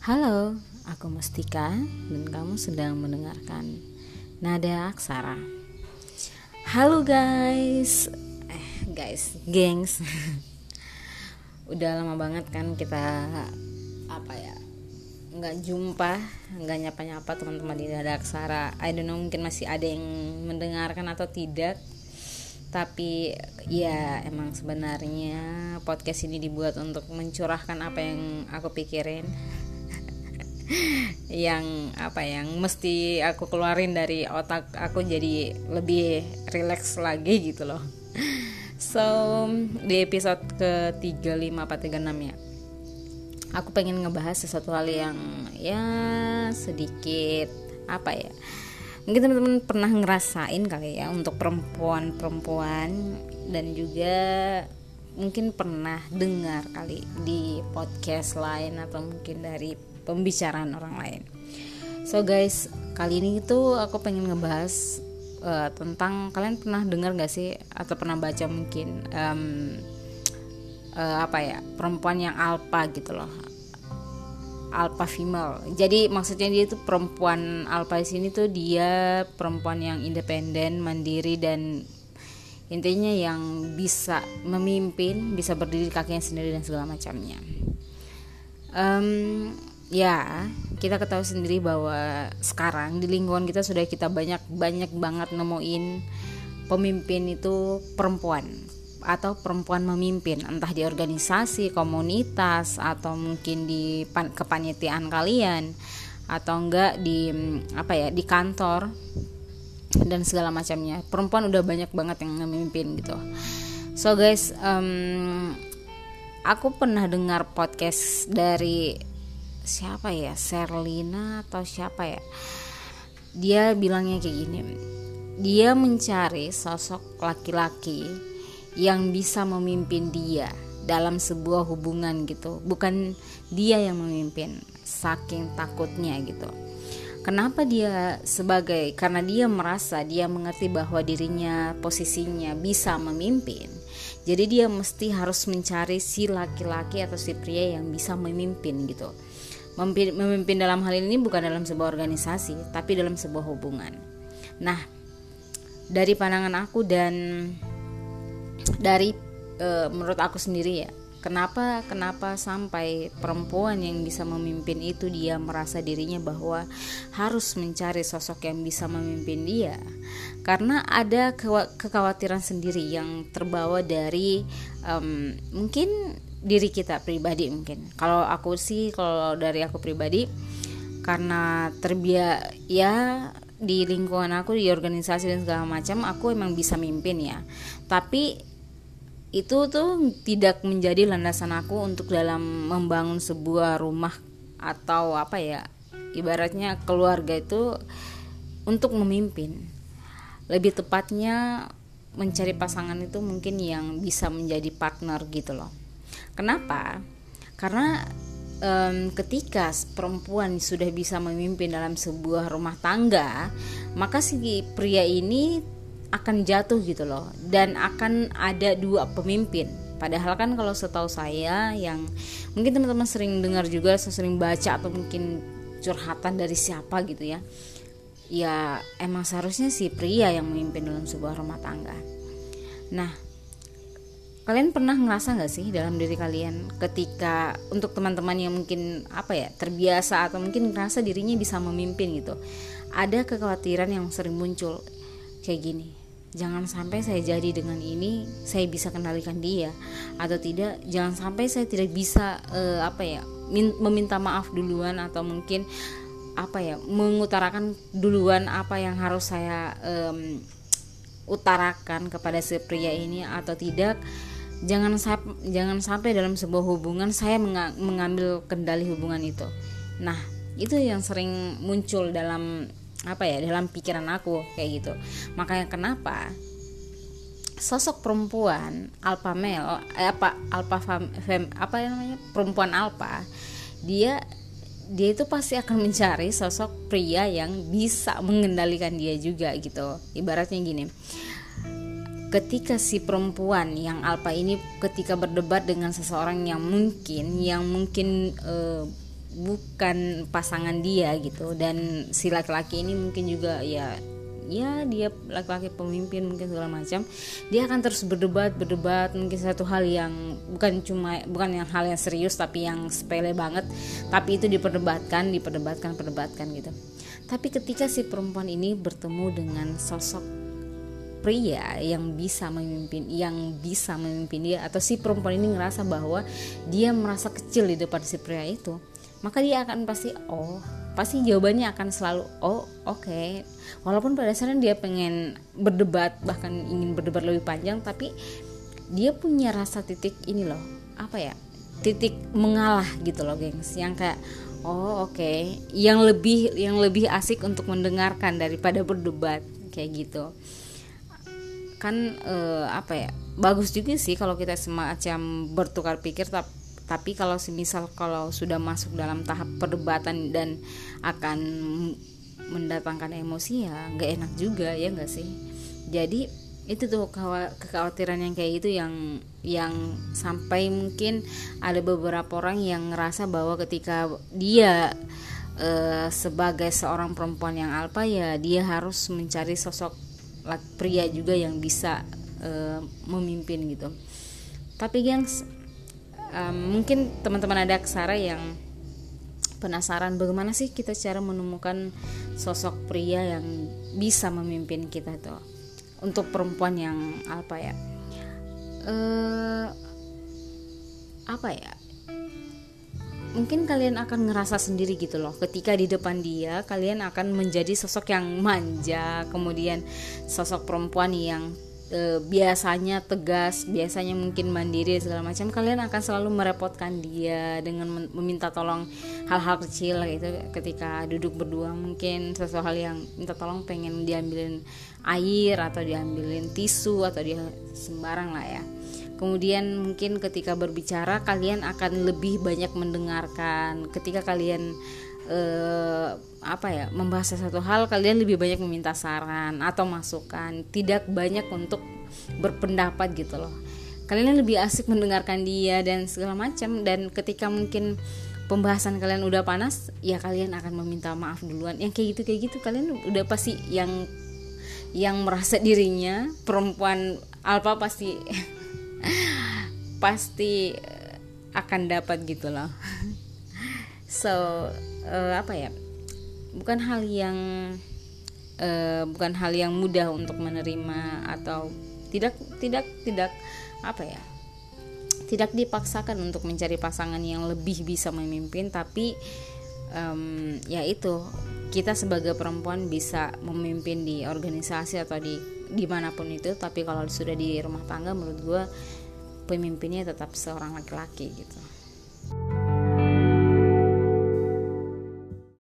Halo, aku Mustika dan kamu sedang mendengarkan Nada Aksara. Halo guys, gengs. Udah lama banget kan kita nggak jumpa, nggak nyapa-nyapa teman-teman di Nada Aksara. I don't know, mungkin masih ada yang mendengarkan atau tidak. Tapi ya emang sebenarnya podcast ini dibuat untuk mencurahkan apa yang aku pikirin, yang mesti aku keluarin dari otak aku, jadi lebih relax lagi gitu loh. So di episode ke 35 apa 36 ya, aku pengen ngebahas sesuatu hal yang ya sedikit mungkin teman-teman pernah ngerasain kali ya, untuk perempuan dan juga mungkin pernah dengar kali di podcast lain atau mungkin dari pembicaraan orang lain. So guys, kali ini tuh aku pengen ngebahas tentang, kalian pernah dengar gak sih atau pernah baca mungkin perempuan yang alpha gitu loh, alpha female. Jadi maksudnya dia itu perempuan alpha di sini tuh dia perempuan yang independen, mandiri, dan intinya yang bisa memimpin, bisa berdiri kakinya sendiri dan segala macamnya. Ya, kita ketahui sendiri bahwa sekarang di lingkungan kita sudah kita banyak banget nemuin pemimpin itu perempuan atau perempuan memimpin, entah di organisasi, komunitas, atau mungkin di kepanitiaan kalian, atau enggak di kantor dan segala macamnya. Perempuan udah banyak banget yang memimpin gitu. So guys, aku pernah dengar podcast dari siapa ya, Sherlina atau siapa ya, dia bilangnya kayak gini, dia mencari sosok laki-laki yang bisa memimpin dia dalam sebuah hubungan gitu, bukan dia yang memimpin, saking takutnya gitu. Kenapa dia karena dia merasa, dia mengerti bahwa dirinya posisinya bisa memimpin, jadi dia mesti harus mencari si laki-laki atau si pria yang bisa memimpin gitu. Memimpin dalam hal ini bukan dalam sebuah organisasi, tapi dalam sebuah hubungan. Nah, dari pandangan aku dan dari menurut aku sendiri ya, kenapa sampai perempuan yang bisa memimpin itu dia merasa dirinya bahwa harus mencari sosok yang bisa memimpin dia, karena ada kekhawatiran sendiri yang terbawa dari mungkin diri kita pribadi. Mungkin kalau dari aku pribadi, karena ya di lingkungan aku, di organisasi dan segala macam, aku emang bisa mimpin ya, tapi itu tuh tidak menjadi landasan aku untuk dalam membangun sebuah rumah atau ibaratnya keluarga itu untuk memimpin. Lebih tepatnya mencari pasangan itu mungkin yang bisa menjadi partner gitu loh. Kenapa? Karena ketika perempuan sudah bisa memimpin dalam sebuah rumah tangga, maka si pria ini akan jatuh gitu loh, dan akan ada dua pemimpin. Padahal kan kalau setahu saya, yang mungkin teman-teman sering dengar juga, sering baca atau mungkin curhatan dari siapa gitu ya, ya emang seharusnya si pria yang memimpin dalam sebuah rumah tangga. Nah, kalian pernah ngerasa gak sih dalam diri kalian, ketika untuk teman-teman yang mungkin terbiasa atau mungkin ngerasa dirinya bisa memimpin gitu, ada kekhawatiran yang sering muncul kayak gini, jangan sampai saya jadi dengan ini, saya bisa kendalikan dia, atau tidak, jangan sampai saya tidak bisa meminta maaf duluan, atau mungkin mengutarakan duluan apa yang harus saya utarakan kepada si pria ini, atau tidak, jangan sampai dalam sebuah hubungan saya mengambil kendali hubungan itu. Nah, itu yang sering muncul dalam dalam pikiran aku kayak gitu. Makanya kenapa sosok perempuan alpha male, perempuan alpha, dia itu pasti akan mencari sosok pria yang bisa mengendalikan dia juga gitu. Ibaratnya gini, ketika si perempuan yang alpha ini ketika berdebat dengan seseorang yang mungkin bukan pasangan dia gitu. Dan si laki-laki ini mungkin juga ya dia laki-laki pemimpin mungkin segala macam, dia akan terus berdebat mungkin satu hal yang bukan yang hal yang serius tapi yang sepele banget, tapi itu diperdebatkan gitu. Tapi ketika si perempuan ini bertemu dengan sosok pria yang bisa memimpin dia, atau si perempuan ini ngerasa bahwa dia merasa kecil di depan si pria itu, maka dia akan pasti jawabannya akan selalu oke. Walaupun pada dasarnya dia pengen berdebat, bahkan ingin berdebat lebih panjang, tapi dia punya rasa titik titik mengalah gitu loh gengs, yang kayak oke, yang lebih asik untuk mendengarkan daripada berdebat kayak gitu kan. Bagus juga sih kalau kita semacam bertukar pikir, tapi kalau sudah masuk dalam tahap perdebatan dan akan mendatangkan emosi, ya nggak enak juga, ya nggak sih. Jadi itu tuh kekhawatiran yang kayak gitu yang sampai mungkin ada beberapa orang yang ngerasa bahwa ketika dia sebagai seorang perempuan yang alpha, ya dia harus mencari sosok pria juga yang bisa memimpin gitu. Tapi gengs, mungkin teman-teman ada Aksara yang penasaran bagaimana sih kita cara menemukan sosok pria yang bisa memimpin kita tuh untuk perempuan yang alpha ya. Mungkin kalian akan ngerasa sendiri gitu loh, ketika di depan dia kalian akan menjadi sosok yang manja, kemudian sosok perempuan yang biasanya tegas, biasanya mungkin mandiri segala macam, kalian akan selalu merepotkan dia dengan meminta tolong hal-hal kecil gitu. Ketika duduk berdua mungkin sesuatu hal yang minta tolong, pengen diambilin air atau diambilin tisu atau dia sembarang lah ya. Kemudian mungkin ketika berbicara kalian akan lebih banyak mendengarkan. Ketika kalian membahas satu hal, kalian lebih banyak meminta saran atau masukan, tidak banyak untuk berpendapat gitu loh. Kalian lebih asik mendengarkan dia dan segala macam. Dan ketika mungkin pembahasan kalian udah panas, ya kalian akan meminta maaf duluan. Yang kayak gitu kalian udah pasti yang merasa dirinya perempuan alpha pasti akan dapat gitu loh. So bukan hal yang mudah untuk menerima, atau tidak dipaksakan untuk mencari pasangan yang lebih bisa memimpin. Tapi ya itu, kita sebagai perempuan bisa memimpin di organisasi atau di manapun itu, tapi kalau sudah di rumah tangga menurut gue pemimpinnya tetap seorang laki-laki gitu.